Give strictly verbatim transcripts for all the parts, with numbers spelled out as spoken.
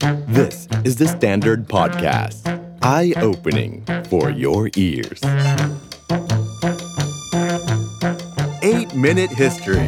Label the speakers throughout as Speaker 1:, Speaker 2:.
Speaker 1: This is the Standard Podcast. Eye-opening for your ears. eight minute History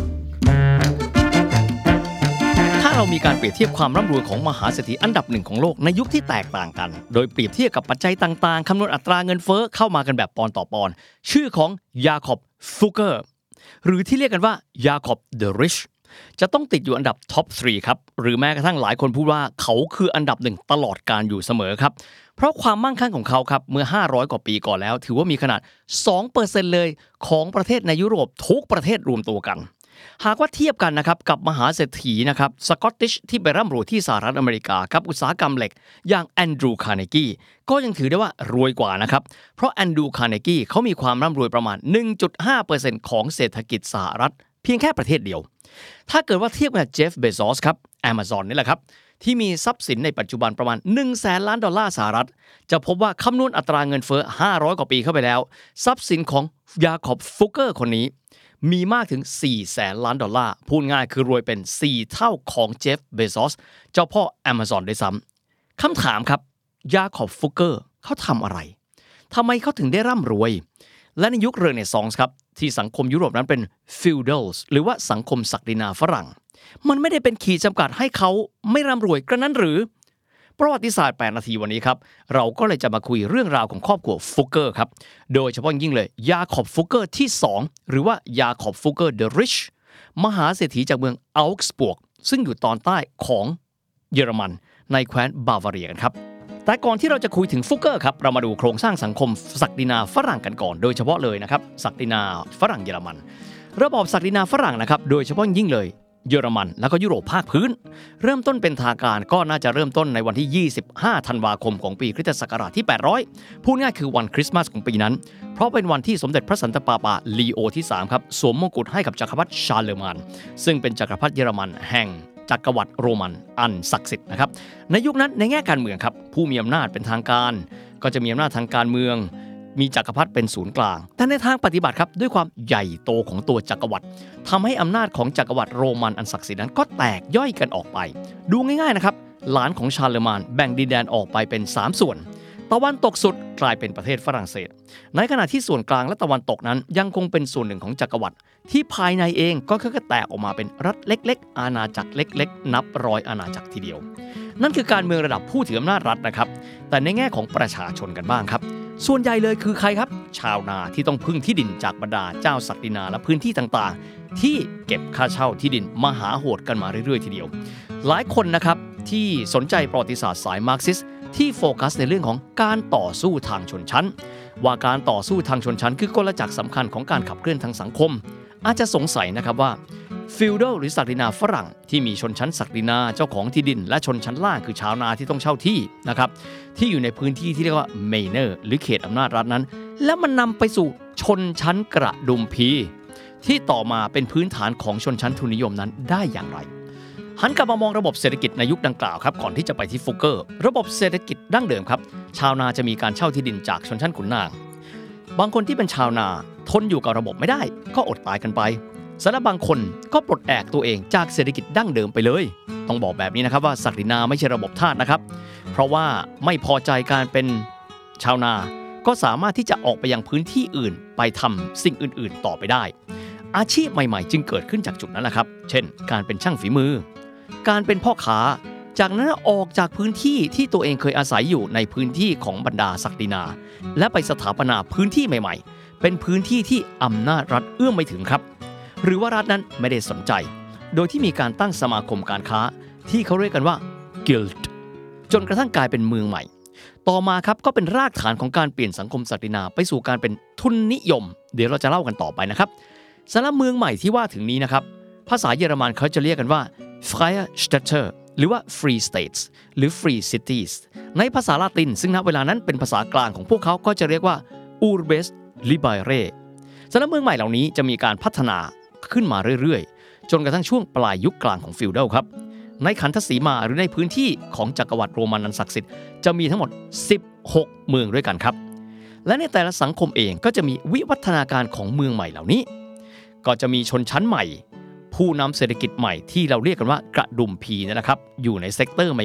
Speaker 2: ถ้าเรามีการเปรียบเทียบความร่ำรวยของมหาเศรษฐีอันดับหนึ่งของโลกในยุคที่แตกต่างกันโดยเปรียบเทียบกับปัจจัยต่างๆคำนวณอัตราเงินเฟ้อเข้ามากันแบบปอนต่อปอนชื่อของยาคอบฟุกเกอร์หรือที่เรียกกันว่ายาคอบเดอะริชจะต้องติดอยู่อันดับท็อปสามครับหรือแม้กระทั่งหลายคนพูดว่าเขาคืออันดับหนึ่งตลอดการอยู่เสมอครับเพราะความมั่งคั่งของเขาครับเมื่อห้าร้อยกว่าปีก่อนแล้วถือว่ามีขนาด สองเปอร์เซ็นต์ เลยของประเทศในยุโรปทุกประเทศรวมตัวกันหากว่าเทียบกันนะครับกับมหาเศรษฐีนะครับสกอตติชที่ไปร่ำรวยที่สหรัฐอเมริกาครับอุตสาหกรรมเหล็กอย่างแอนดรูว์คาร์เนกีก็ยังถือได้ว่ารวยกว่านะครับเพราะแอนดรูว์คาร์เนกีเขามีความร่ำรวยประมาณ หนึ่งจุดห้าเปอร์เซ็นต์ ของเศรษฐกิจสหรัฐเพียงแค่ประเทศเดียวถ้าเกิดว่าเทียบกับเจฟเบซอสครับ Amazon นี่แหละครับที่มีทรัพย์สินในปัจจุบันประมาณ หนึ่งแสนล้านดอลลาร์สหรัฐจะพบว่าคำนวณอัตราเงินเฟ้อห้าร้อยกว่าปีเข้าไปแล้วทรัพย์สินของยาคอบฟุกเกอร์คนนี้มีมากถึงสี่แสนล้านดอลลาร์พูดง่ายคือรวยเป็นสี่เท่าของเจฟเบซอสเจ้าพ่อ Amazon ด้วยซ้ำคำถามครับยาคอบฟุกเกอร์เขาทำอะไรทำไมเขาถึงได้ร่ำรวยและในยุคเรเนซองส์ครับที่สังคมยุโรปนั้นเป็น feudals หรือว่าสังคมศักดินาฝรั่งมันไม่ได้เป็นขีดจำกัดให้เขาไม่ร่ำรวยกระนั้นหรือประวัติศาสตร์แปดนาทีวันนี้ครับเราก็เลยจะมาคุยเรื่องราวของครอบครัวฟุกเกอร์ครับโดยเฉพาะยิ่งเลยยาคอบฟุกเกอร์ที่สองหรือว่ายาคอบฟุกเกอร์เดอะริชมหาเศรษฐีจากเมืองอัลกสบวกซึ่งอยู่ตอนใต้ของเยอรมันในแคว้นบาวาเรียกันครับแต่ก่อนที่เราจะคุยถึงฟุกเกอร์ครับเรามาดูโครงสร้างสังคมศักดินาฝรั่งกันก่อนโดยเฉพาะเลยนะครับศักดินาฝรั่งเยอรมันระบอบศักดินาฝรั่งนะครับโดยเฉพาะยิ่งเลยเยอรมันแล้วก็ยุโรปภาคพื้นเริ่มต้นเป็นทางการก็น่าจะเริ่มต้นในวันที่ยี่สิบห้าธันวาคมของปีคริสตศักราชที่แปดร้อยพูดง่ายคือวันคริสต์มาสของปีนั้นเพราะเป็นวันที่สมเด็จพระสันตะปาปาลีโอที่สามครับสวมมงกุฎให้กับจักรพรรดิชาร์เลมานซึ่งเป็นจักรพรรดิเยอรมันแห่งจักรวรรดิโรมันอันศักดิ์สิทธิ์นะครับในยุคนั้นในแง่การเมืองครับผู้มีอำนาจเป็นทางการก็จะมีอำนาจทางการเมืองมีจักรพรรดิเป็นศูนย์กลางแต่ในทางปฏิบัติครับด้วยความใหญ่โตของตัวจักรวรรดิทำให้อำนาจของจักรวรรดิโรมันอันศักดิ์สิทธิ์นั้นก็แตกย่อยกันออกไปดูง่ายๆนะครับหลานของชาร์เลมานแบ่งดินแดนออกไปเป็นสามส่วนตะวันตกสุดกลายเป็นประเทศฝรั่งเศสในขณะที่ส่วนกลางและตะวันตกนั้นยังคงเป็นส่วนหนึ่งของจักรวรรดิที่ภายในเองก็ค่อยๆแตกออกมาเป็นรัฐเล็กๆอาณาจักรเล็กๆนับร้อยอาณาจักรทีเดียวนั่นคือการเมืองระดับผู้ถืออำนาจรัฐนะครับแต่ในแง่ของประชาชนกันบ้างครับส่วนใหญ่เลยคือใครครับชาวนาที่ต้องพึ่งที่ดินจากบรรดาเจ้าศักดินาและพื้นที่ต่างๆที่เก็บค่าเช่าที่ดินมหาโหดกันมาเรื่อยๆทีเดียวหลายคนนะครับที่สนใจประวัติศาสตร์สายมาร์กซิสต์ที่โฟกัสในเรื่องของการต่อสู้ทางชนชั้นว่าการต่อสู้ทางชนชั้นคือกลจักรสำคัญของการขับเคลื่อนทางสังคมอาจจะสงสัยนะครับว่าฟิวดัลหรือศักดินาฝรั่งที่มีชนชั้นศักดินาเจ้าของที่ดินและชนชั้นล่างคือชาวนาที่ต้องเช่าที่นะครับที่อยู่ในพื้นที่ที่เรียกว่าเมเนอร์หรือเขตอำนาจรัฐนั้นแล้วมันนำไปสู่ชนชั้นกระดุมพีที่ต่อมาเป็นพื้นฐานของชนชั้นทุนนิยมนั้นได้อย่างไรหันกลับมามองระบบเศรษฐกิจในยุคดังกล่าวครับก่อนที่จะไปที่ฟุกเกอร์ระบบเศรษฐกิจดั้งเดิมครับชาวนาจะมีการเช่าที่ดินจากชนชั้นขุนนางบางคนที่เป็นชาวนาทนอยู่กับระบบไม่ได้ก็อดตายกันไปสำหรับบางคนก็ปลดแอกตัวเองจากเศรษฐกิจดั้งเดิมไปเลยต้องบอกแบบนี้นะครับว่าศักดินาไม่ใช่ระบบทาสนะครับเพราะว่าไม่พอใจการเป็นชาวนาก็สามารถที่จะออกไปยังพื้นที่อื่นไปทำสิ่งอื่นๆต่อไปได้อาชีพใหม่ๆจึงเกิดขึ้นจากจุดนั้นแหละครับเช่นการเป็นช่างฝีมือการเป็นพ่อค้าจากนั้นออกจากพื้นที่ที่ตัวเองเคยอาศัยอยู่ในพื้นที่ของบรรดาศักดินาและไปสถาปนาพื้นที่ใหม่ๆเป็นพื้นที่ที่อำนาจรัฐเอื้อมไม่ถึงครับหรือว่ารัฐนั้นไม่ได้สนใจโดยที่มีการตั้งสมาคมการค้าที่เขาเรียกกันว่า Guild จนกระทั่งกลายเป็นเมืองใหม่ต่อมาครับก็เป็นรากฐานของการเปลี่ยนสังคมศักดินาไปสู่การเป็นทุนนิยมเดี๋ยวเราจะเล่ากันต่อไปนะครับสำหรับเมืองใหม่ที่ว่าถึงนี้นะครับภาษาเยอรมันเขาจะเรียกกันว่า Freie Städte หรือว่า Free States หรือ Free Cities ในภาษาละตินซึ่งณเวลานั้นเป็นภาษากลางของพวกเขาก็จะเรียกว่า Urbes Libere สำหรับเมืองใหม่เหล่านี้จะมีการพัฒนาขึ้นมาเรื่อยๆจนกระทั่งช่วงปลายยุคกลางของฟิวดัลครับในขันธสีมาหรือในพื้นที่ของจักรวรรดิโรมันอันศักดิ์สิทธิ์จะมีทั้งหมดสิบหกเมืองด้วยกันครับและในแต่ละสังคมเองก็จะมีวิวัฒนาการของเมืองใหม่เหล่านี้ก็จะมีชนชั้นใหม่ผู้นำเศรษฐกิจใหม่ที่เราเรียกกันว่ากระดุมพีนั่นแหละครับอยู่ในเซกเตอร์ใหม่ๆ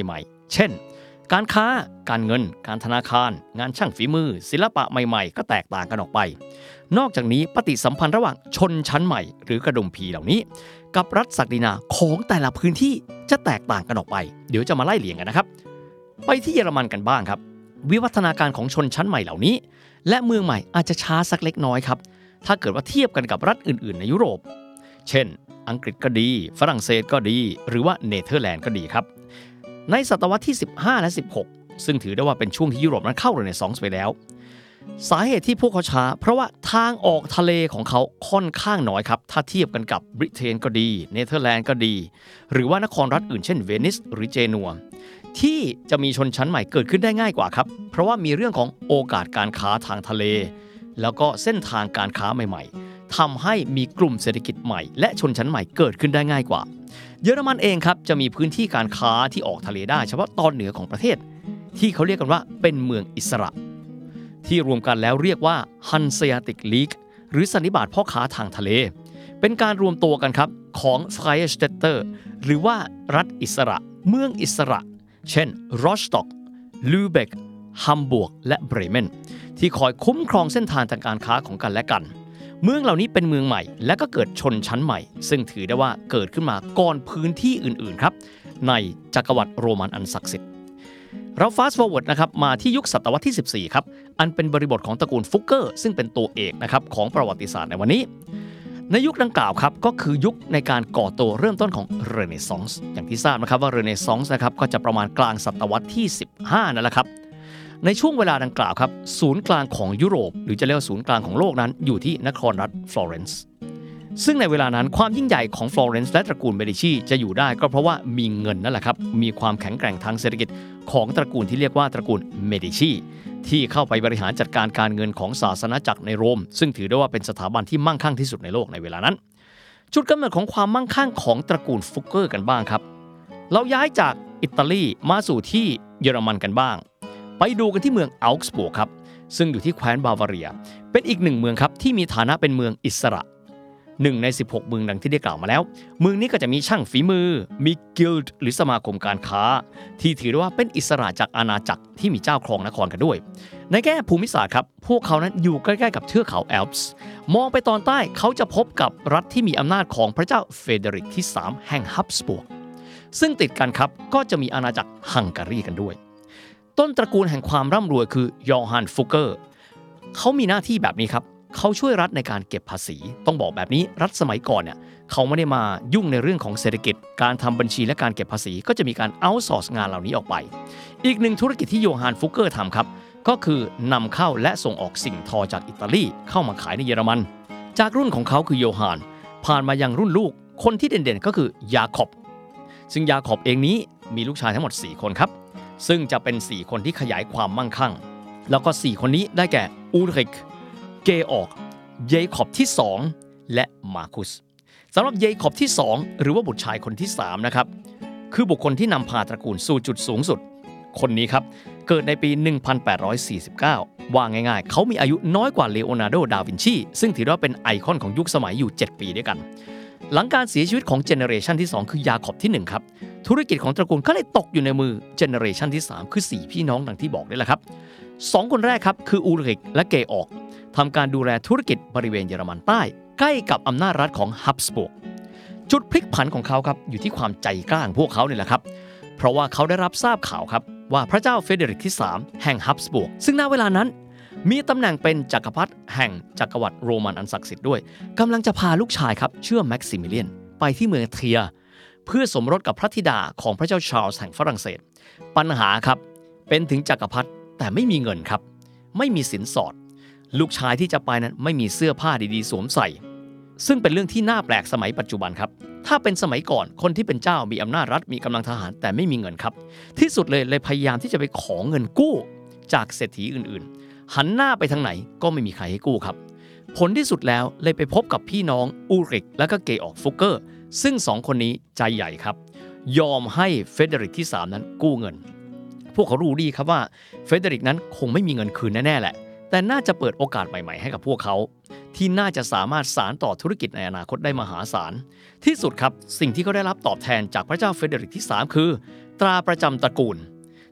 Speaker 2: เช่นการค้าการเงินการธนาคารงานช่างฝีมือศิลปะใหม่ๆก็แตกต่างกันออกไปนอกจากนี้ปฏิสัมพันธ์ระหว่างชนชั้นใหม่หรือกระดุมพีเหล่านี้กับรัฐศักดินาของแต่ละพื้นที่จะแตกต่างกันออกไปเดี๋ยวจะมาไล่เลียงกันนะครับไปที่เยอรมันกันบ้างครับวิวัฒนาการของชนชั้นใหม่เหล่านี้และเมืองใหม่อาจจะช้าสักเล็กน้อยครับถ้าเกิดว่าเทียบกันกับรัฐอื่นๆในยุโรปเช่นอังกฤษก็ดีฝรั่งเศสก็ดีหรือว่าเนเธอร์แลนด์ก็ดีครับในศตวรรษที่สิบห้าและสิบหกซึ่งถือได้ว่าเป็นช่วงที่ยุโรปนั้นเข้าเรเนซองส์ไปแล้วสาเหตุที่พวกเขาช้าเพราะว่าทางออกทะเลของเขาค่อนข้างน้อยครับถ้าเทียบกันกับบริเตนก็ดีเนเธอร์แลนด์ก็ดีหรือว่านครรัฐอื่นเช่นเวนิสหรือเจนัวที่จะมีชนชั้นใหม่เกิดขึ้นได้ง่ายกว่าครับเพราะว่ามีเรื่องของโอกาสการค้าทางทะเลแล้วก็เส้นทางการค้าใหม่ๆทำให้มีกลุ่มเศรษฐกิจใหม่และชนชั้นใหม่เกิดขึ้นได้ง่ายกว่าเยอรมันเองครับจะมีพื้นที่การค้าที่ออกทะเลได้เฉพาะตอนเหนือของประเทศที่เขาเรียกกันว่าเป็นเมืองอิสระที่รวมกันแล้วเรียกว่า Hanseatic League หรือสันนิบาตพ่อค้าทางทะเลเป็นการรวมตัวกันครับของ Freie Städte หรือว่ารัฐอิสระเมืองอิสระเช่น Rostock Lübeck Hamburg และ Bremen ที่คอยคุ้มครองเส้นทางทางการค้าของกันและกันเมืองเหล่านี้เป็นเมืองใหม่และก็เกิดชนชั้นใหม่ซึ่งถือได้ว่าเกิดขึ้นมาก่อนพื้นที่อื่นๆครับในจักรวรรดิโรมันอันศักดิ์สิทธิ์เรา fast forward นะครับมาที่ยุคศตวรรษที่สิบสี่ครับอันเป็นบริบทของตระกูลฟุกเกอร์ซึ่งเป็นตัวเอกนะครับของประวัติศาสตร์ในวันนี้ในยุคดังกล่าวครับก็คือยุคในการก่อตัวเริ่มต้นของเรเนซองส์อย่างที่ทราบนะครับว่าเรเนซองส์นะครับก็จะประมาณกลางศตวรรษที่สิบห้านั่นแหละครับในช่วงเวลาดังกล่าวครับศูนย์กลางของยุโรปหรือจะเรียกว่าศูนย์กลางของโลกนั้นอยู่ที่นครรัฐฟลอเรนซ์ซึ่งในเวลานั้นความยิ่งใหญ่ของฟลอเรนซ์และตระกูลเมดิชีจะอยู่ได้ก็เพราะว่ามีเงินนั่นแหละครับมีความแข็งแกร่งทางเศรษฐกิจของตระกูลที่เรียกว่าตระกูลเมดิชีที่เข้าไปบริหารจัดการการเงินของศาสนาจักรในโรมซึ่งถือได้ว่าเป็นสถาบันที่มั่งคั่งที่สุดในโลกในเวลานั้นจุดกำเนิดของความมั่งคั่งของตระกูลฟุกเกอร์กันบ้างครับเราย้ายจากอิตาลีมาสู่ที่เยอรมันกันบ้างไปดูกันที่เมืองอัลส์บวร์กครับซึ่งอยู่ที่แคว้นบาวาเรียเป็นอีกหนึ่งเมืองครับที่มีฐานะเป็นเมืองอิสระหนึ่งในสิบหกเมืองดังที่ได้กล่าวมาแล้วเมืองนี้ก็จะมีช่างฝีมือมีกิลด์หรือสมาคมการค้าที่ถือได้ว่าเป็นอิสระจากอาณาจักรที่มีเจ้าครองนครกันด้วยในแง่ภูมิศาสตร์ครับพวกเขานั้นอยู่ใกล้ๆกับเทือกเขาแอลป์ส์มองไปตอนใต้เขาจะพบกับรัฐที่มีอำนาจของพระเจ้าเฟเดริกที่สามแห่งฮับสบวร์กซึ่งติดกันครับก็จะมีอาณาจักรฮังการีกันด้วยต้นตระกูลแห่งความร่ำรวยคือยอฮันฟุกเกอร์เขามีหน้าที่แบบนี้ครับเขาช่วยรัฐในการเก็บภาษีต้องบอกแบบนี้รัฐสมัยก่อนเนี่ยเขาไม่ได้มายุ่งในเรื่องของเศรษฐกิจการทำบัญชีและการเก็บภาษีก็จะมีการเอาท์ซอร์สงานเหล่านี้ออกไปอีกหนึ่งธุรกิจที่โยฮันฟุกเกอร์ทำครับก็คือนำเข้าและส่งออกสิ่งทอจากอิตาลีเข้ามาขายในเยอรมันจากรุ่นของเขาคือโยฮันผ่านมายังรุ่นลูกคนที่เด่นๆก็คือยาคอบซึ่งยาคอบเองนี้มีลูกชายทั้งหมดสี่คนครับซึ่งจะเป็นสี่คนที่ขยายความมั่งคั่งแล้วก็สี่คนนี้ได้แก่อูริกเกออกเยคอบที่สองและมาร์คุสสำหรับเยคอบที่สองหรือว่าบุตรชายคนที่สามนะครับคือบุคคลที่นำพาตระกูลสู่จุดสูงสุดคนนี้ครับเกิดในปีหนึ่งพันแปดร้อยสี่สิบเก้าว่าง่ายๆเขามีอายุน้อยกว่าเลโอนาร์โด ดาวินชีซึ่งถือว่าเป็นไอคอนของยุคสมัยอยู่เจ็ดปีด้วยกันหลังการเสียชีวิตของเจเนเรชันที่สองคือยาคอบที่หนึ่งครับธุรกิจของตระกูลก็เลยตกอยู่ในมือเจเนเรชันที่สามคือสี่พี่น้องดังที่บอกนี่แหละครับสองคนแรกครับคืออูริกและเกออกทำการดูแลธุรกิจบริเวณเยอรมันใต้ใกล้กับอำนาจรัฐของฮับสบวร์กจุดพลิกผันของเขาครับอยู่ที่ความใจกล้าของพวกเขาเนี่ยแหละครับเพราะว่าเขาได้รับทราบข่าวครับว่าพระเจ้าเฟเดริกที่สามแห่งฮับสบวร์กซึ่งณเวลานั้นมีตำแหน่งเป็นจักรพรรดิแห่งจักรวรรดิโรมันอันศักดิ์สิทธิ์ด้วยกำลังจะพาลูกชายครับชื่อแม็กซิมิเลียนไปที่เมืองเทียเพื่อสมรสกับพระธิดาของพระเจ้าชาร์ลส์แห่งฝรั่งเศสปัญหาครับเป็นถึงจักรพรรดิแต่ไม่มีเงินครับไม่มีสินสอดลูกชายที่จะไปนั้นไม่มีเสื้อผ้าดีๆสวมใส่ซึ่งเป็นเรื่องที่น่าแปลกสมัยปัจจุบันครับถ้าเป็นสมัยก่อนคนที่เป็นเจ้ามีอำนาจรัฐมีกำลังทหารแต่ไม่มีเงินครับที่สุดเลยเลยพยายามที่จะไปขอเงินกู้จากเศรษฐีอื่นๆหันหน้าไปทางไหนก็ไม่มีใครให้กู้ครับผลที่สุดแล้วเลยไปพบกับพี่น้องอูริกและก็เกออกฟุกเกอร์ซึ่งสองคนนี้ใจใหญ่ครับยอมให้เฟเดริกที่สามนั้นกู้เงินพวกเขารู้ดีครับว่าเฟเดริกนั้นคงไม่มีเงินคืนแน่ๆแหละแต่น่าจะเปิดโอกาสใหม่ๆให้กับพวกเขาที่น่าจะสามารถสานต่อธุรกิจในอนาคตได้มหาศาลที่สุดครับสิ่งที่เขาได้รับตอบแทนจากพระเจ้าเฟเดริกที่สามคือตราประจำตระกูล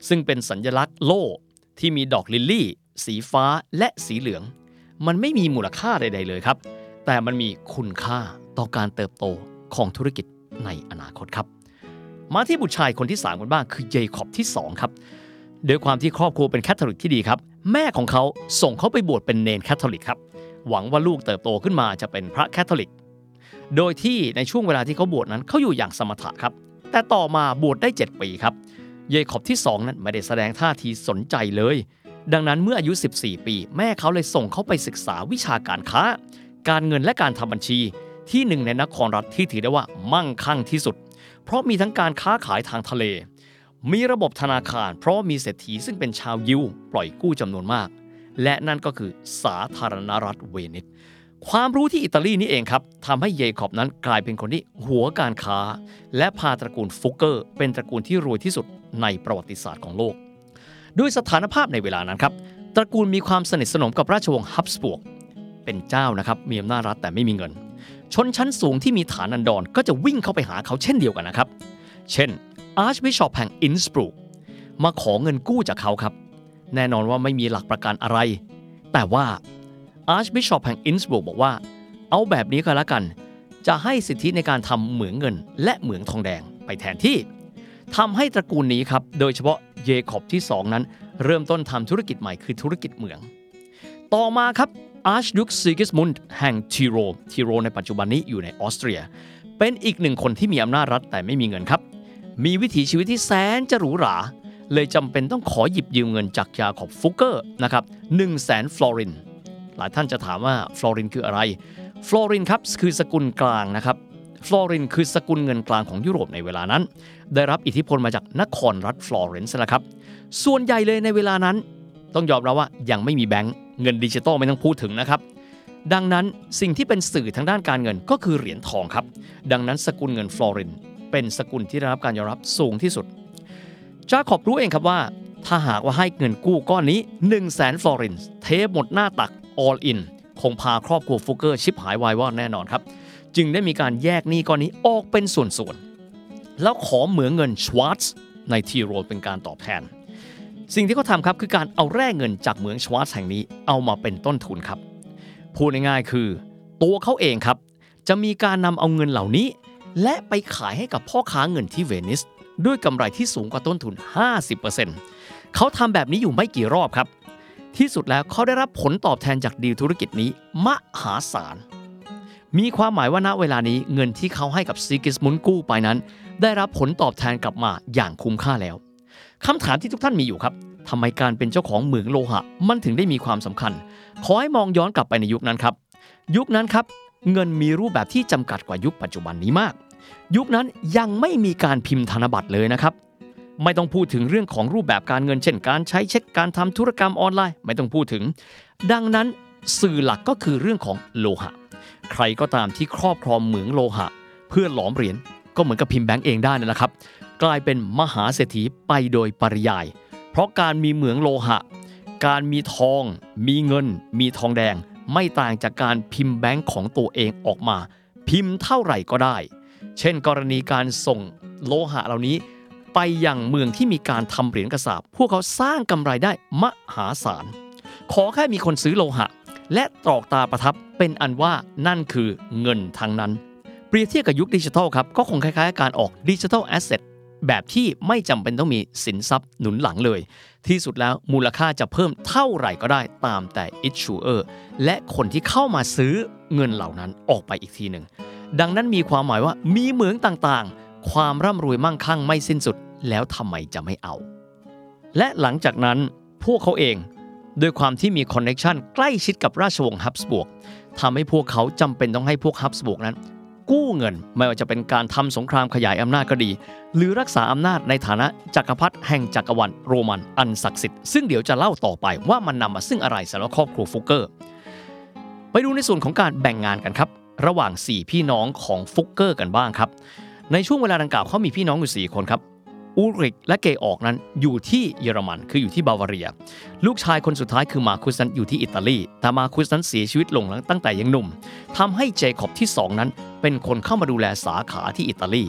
Speaker 2: ซึ่งเป็นสัญลักษณ์โล่ที่มีดอกลิลลี่สีฟ้าและสีเหลืองมันไม่มีมูลค่าใดๆเลยครับแต่มันมีคุณค่าต่อการเติบโตของธุรกิจในอนาคตครับมาที่บุตรชายคนที่สามกันบ้างคือเยคอบที่สองครับด้วยความที่ครอบครัวเป็นแคทอลิกที่ดีครับแม่ของเขาส่งเขาไปบวชเป็นเนนแคทอลิกครับหวังว่าลูกเติบโตขึ้นมาจะเป็นพระแคทอลิกโดยที่ในช่วงเวลาที่เขาบวชนั้นเขาอยู่อย่างสมถะครับแต่ต่อมาบวชได้เจ็ดปีครับเยคอบที่สองนั้นไม่ได้แสดงท่าทีสนใจเลยดังนั้นเมื่ออายุสิบสี่ปีแม่เขาเลยส่งเขาไปศึกษาวิชาการค้าการเงินและการทำบัญชีที่หนึ่งในนครรัฐที่ถือได้ว่ามั่งคั่งที่สุดเพราะมีทั้งการค้าขายทางทะเลมีระบบธนาคารเพราะมีเศรษฐีซึ่งเป็นชาวยิวปล่อยกู้จำนวนมากและนั่นก็คือสาธารณรัฐเวนิสความรู้ที่อิตาลีนี่เองครับทำให้เยคอบนั้นกลายเป็นคนที่หัวการค้าและพาตระกูลฟุกเกอร์เป็นตระกูลที่รวยที่สุดในประวัติศาสตร์ของโลกด้วยสถานภาพในเวลานั้นครับตระกูลมีความสนิทสนมกับราชวงศ์ฮับสบวร์กเป็นเจ้านะครับมีอำนาจรัฐแต่ไม่มีเงินชนชั้นสูงที่มีฐานันดรก็จะวิ่งเข้าไปหาเขาเช่นเดียวกันนะครับเช่นอาร์ชบิชอปแห่งอินสบรูกมาขอเงินกู้จากเขาครับแน่นอนว่าไม่มีหลักประกันอะไรแต่ว่าอาร์ชบิชอปแห่งอินสบรูกบอกว่าเอาแบบนี้ก็แล้วกันจะให้สิทธิในการทำเหมืองเงินและเหมืองทองแดงไปแทนที่ทำให้ตระกูลนี้ครับโดยเฉพาะเยคอบที่สองนั้นเริ่มต้นทำธุรกิจใหม่คือธุรกิจเหมืองต่อมาครับอาร์ชดุคซิกิสมุนด์แห่งทิโรทิโรในปัจจุบันนี้อยู่ในออสเตรียเป็นอีกหนึ่งคนที่มีอำนาจรัฐแต่ไม่มีเงินครับมีวิถีชีวิตที่แสนจะหรูหราเลยจำเป็นต้องขอหยิบยืมเงินจากยาคอบฟุกเกอร์นะครับหนึ่งแสนฟลอรินหลายท่านจะถามว่าฟลอรินคืออะไรฟลอรินครับคือสกุลกลางนะครับฟลอรินคือสกุลเงินกลางของยุโรปในเวลานั้นได้รับอิทธิพลมาจากนครรัฐฟลอเรนซ์นะครับส่วนใหญ่เลยในเวลานั้นต้องยอมรับว่ายังไม่มีแบงก์เงินดิจิตอลไม่ต้องพูดถึงนะครับดังนั้นสิ่งที่เป็นสื่อทางด้านการเงินก็คือเหรียญทองครับดังนั้นสกุลเงินฟลอรินเป็นสกุลที่ได้รับการยอมรับสูงที่สุดจาคอบรู้เองครับว่าถ้าหากว่าให้เงินกู้ก้อนนี้ หนึ่งแสน ฟลอรินเทหมดหน้าตัก all in คงพาครอบครัวฟุกเกอร์ชิบหายวายวอดแน่นอนครับจึงได้มีการแยกหนี้ก้อนนี้ออกเป็นส่วนๆแล้วขอเหมืองเงินชวาร์ตซ์ในทีโรเป็นการตอบแทนสิ่งที่เขาทำครับคือการเอาแร่เงินจากเหมืองชวาร์ตซ์แห่งนี้เอามาเป็นต้นทุนครับพูดง่ายๆคือตัวเขาเองครับจะมีการนำเอาเงินเหล่านี้และไปขายให้กับพ่อค้าเงินที่เวนิสด้วยกำไรที่สูงกว่าต้นทุน ห้าสิบเปอร์เซ็นต์ เขาทำแบบนี้อยู่ไม่กี่รอบครับที่สุดแล้วเขาได้รับผลตอบแทนจากดีลธุรกิจนี้มหาศาลมีความหมายว่าณเวลานี้เงินที่เขาให้กับซิกิสมุนด์กู้ไปนั้นได้รับผลตอบแทนกลับมาอย่างคุ้มค่าแล้วคำถามที่ทุกท่านมีอยู่ครับทำไมการเป็นเจ้าของเหมืองโลหะมันถึงได้มีความสำคัญขอให้มองย้อนกลับไปในยุคนั้นครับยุคนั้นครับเงินมีรูปแบบที่จำกัดกว่ายุคปัจจุบันนี้มากยุคนั้นยังไม่มีการพิมพ์ธนบัตรเลยนะครับไม่ต้องพูดถึงเรื่องของรูปแบบการเงินเช่นการใช้เช็คการทำธุรกรรมออนไลน์ไม่ต้องพูดถึงดังนั้นสื่อหลักก็คือเรื่องของโลหะใครก็ตามที่ครอบครองเหมืองโลหะเพื่อหลอมเหรียญก็เหมือนกับพิมพ์แบงก์เองได้นั่นแหละครับกลายเป็นมหาเศรษฐีไปโดยปริยายเพราะการมีเหมืองโลหะการมีทองมีเงินมีทองแดงไม่ต่างจากการพิมพ์แบงก์ของตัวเองออกมาพิมพ์เท่าไหร่ก็ได้เช่นกรณีการส่งโลหะเหล่านี้ไปยังเมืองที่มีการทำเหรียญกระสาบพวกเขาสร้างกำไรได้มหาศาลขอแค่มีคนซื้อโลหะและตรอกตาประทับเป็นอันว่านั่นคือเงินทั้งนั้นเปรียบเทียบกับยุคดิจิทัลครับก็คงคล้ายๆการออกดิจิทัลแอสเซทแบบที่ไม่จำเป็นต้องมีสินทรัพย์หนุนหลังเลยที่สุดแล้วมูลค่าจะเพิ่มเท่าไหร่ก็ได้ตามแต่ issuer และคนที่เข้ามาซื้อเงินเหล่านั้นออกไปอีกทีหนึ่งดังนั้นมีความหมายว่ามีเหมืองต่างๆความร่ำรวยมั่งคั่งไม่สิ้นสุดแล้วทำไมจะไม่เอาและหลังจากนั้นพวกเขาเองด้วยความที่มีคอนเนคชันใกล้ชิดกับราชวงศ์ฮับสบวร์กทำให้พวกเขาจำเป็นต้องให้พวกฮับสบวร์กนั้นกู้เงินไม่ว่าจะเป็นการทำสงครามขยายอำนาจก็ดีหรือรักษาอำนาจในฐานะจักรพรรดิแห่งจักรวรรดิโรมันอันศักดิ์สิทธิ์ซึ่งเดี๋ยวจะเล่าต่อไปว่ามันนำมาซึ่งอะไรสำหรับครอบครัวฟุกเกอร์ไปดูในส่วนของการแบ่งงานกันครับระหว่างสี่พี่น้องของฟุกเกอร์กันบ้างครับในช่วงเวลาดังกล่าวเขามีพี่น้องอยู่สี่คนครับอูริกและเกออกนั้นอยู่ที่เยอรมันคืออยู่ที่บาวาเรียลูกชายคนสุดท้ายคือมาคุสนั้นอยู่ที่อิตาลีแต่มาคุสนั้นเสียชีวิตลงตั้งแต่ยังหนุ่มทำให้เจคอบที่สองนั้นเป็นคนเข้ามาดูแลสาขาที่อิตาลี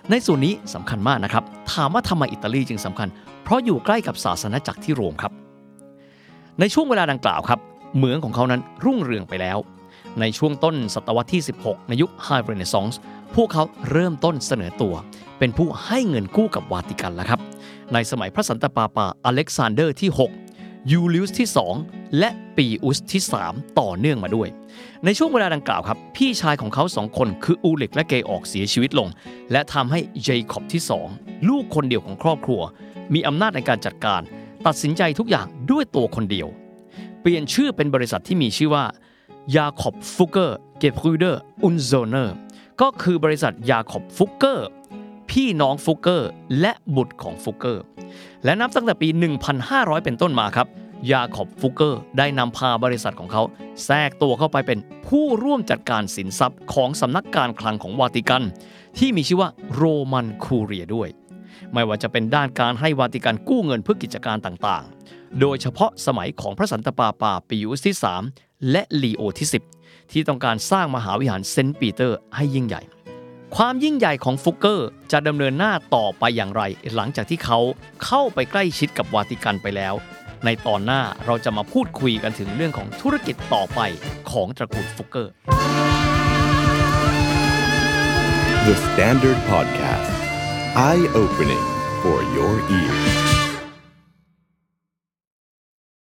Speaker 2: ในส่วนนี้สำคัญมากนะครับถามว่าทำไมอิตาลีจึงสำคัญเพราะอยู่ใกล้กับศาสนจักรที่โรมครับในช่วงเวลาดังกล่าวครับเมืองของเขานั้นรุ่งเรืองไปแล้วในช่วงต้นศตวรรษที่สิบหกในยุคไฮเรเนซองส์พวกเขาเริ่มต้นเสนอตัวเป็นผู้ให้เงินกู้กับวาติกันแล้วครับในสมัยพระสันตะปาปาอเล็กซานเดอร์ที่หกยูลิอุสที่สองและปีอุสที่สามต่อเนื่องมาด้วยในช่วงเวลาดังกล่าวครับพี่ชายของเขาสองคนคืออูริกและเกออกเสียชีวิตลงและทำให้เจคอบที่สองลูกคนเดียวของครอบครัวมีอำนาจในการจัดการตัดสินใจทุกอย่างด้วยตัวคนเดียวเปลี่ยนชื่อเป็นบริษัทที่มีชื่อว่ายาคอบฟุกเกอร์เกบรูเดอร์อุนโซเนอร์ก็คือบริษัทยาคอบฟุกเกอร์พี่น้องฟุกเกอร์และบุตรของฟุกเกอร์และนับตั้งแต่ปีหนึ่งพันห้าร้อยเป็นต้นมาครับยาคอบฟุกเกอร์ได้นำพาบริษัทของเขาแทรกตัวเข้าไปเป็นผู้ร่วมจัดการสินทรัพย์ของสำนักการคลังของวาติกันที่มีชื่อว่าโรมันคูเรียด้วยไม่ว่าจะเป็นด้านการให้วาติกันกู้เงินเพื่อกิจการต่างๆโดยเฉพาะสมัยของพระสันตะปาปาปีอุสที่สามและลีโอที่สิบที่ต้องการสร้างมหาวิหารเซนต์ปีเตอร์ให้ยิ่งใหญ่ความยิ่งใหญ่ของฟุกเกอร์จะดำเนินหน้าต่อไปอย่างไรหลังจากที่เขาเข้าไปใกล้ชิดกับวาติกันไปแล้วในตอนหน้าเราจะมาพูดคุยกันถึงเรื่องของธุรกิจต่อไปของตระกูลฟุกเกอร์
Speaker 1: The Standard Podcast Eye Opening for Your Ears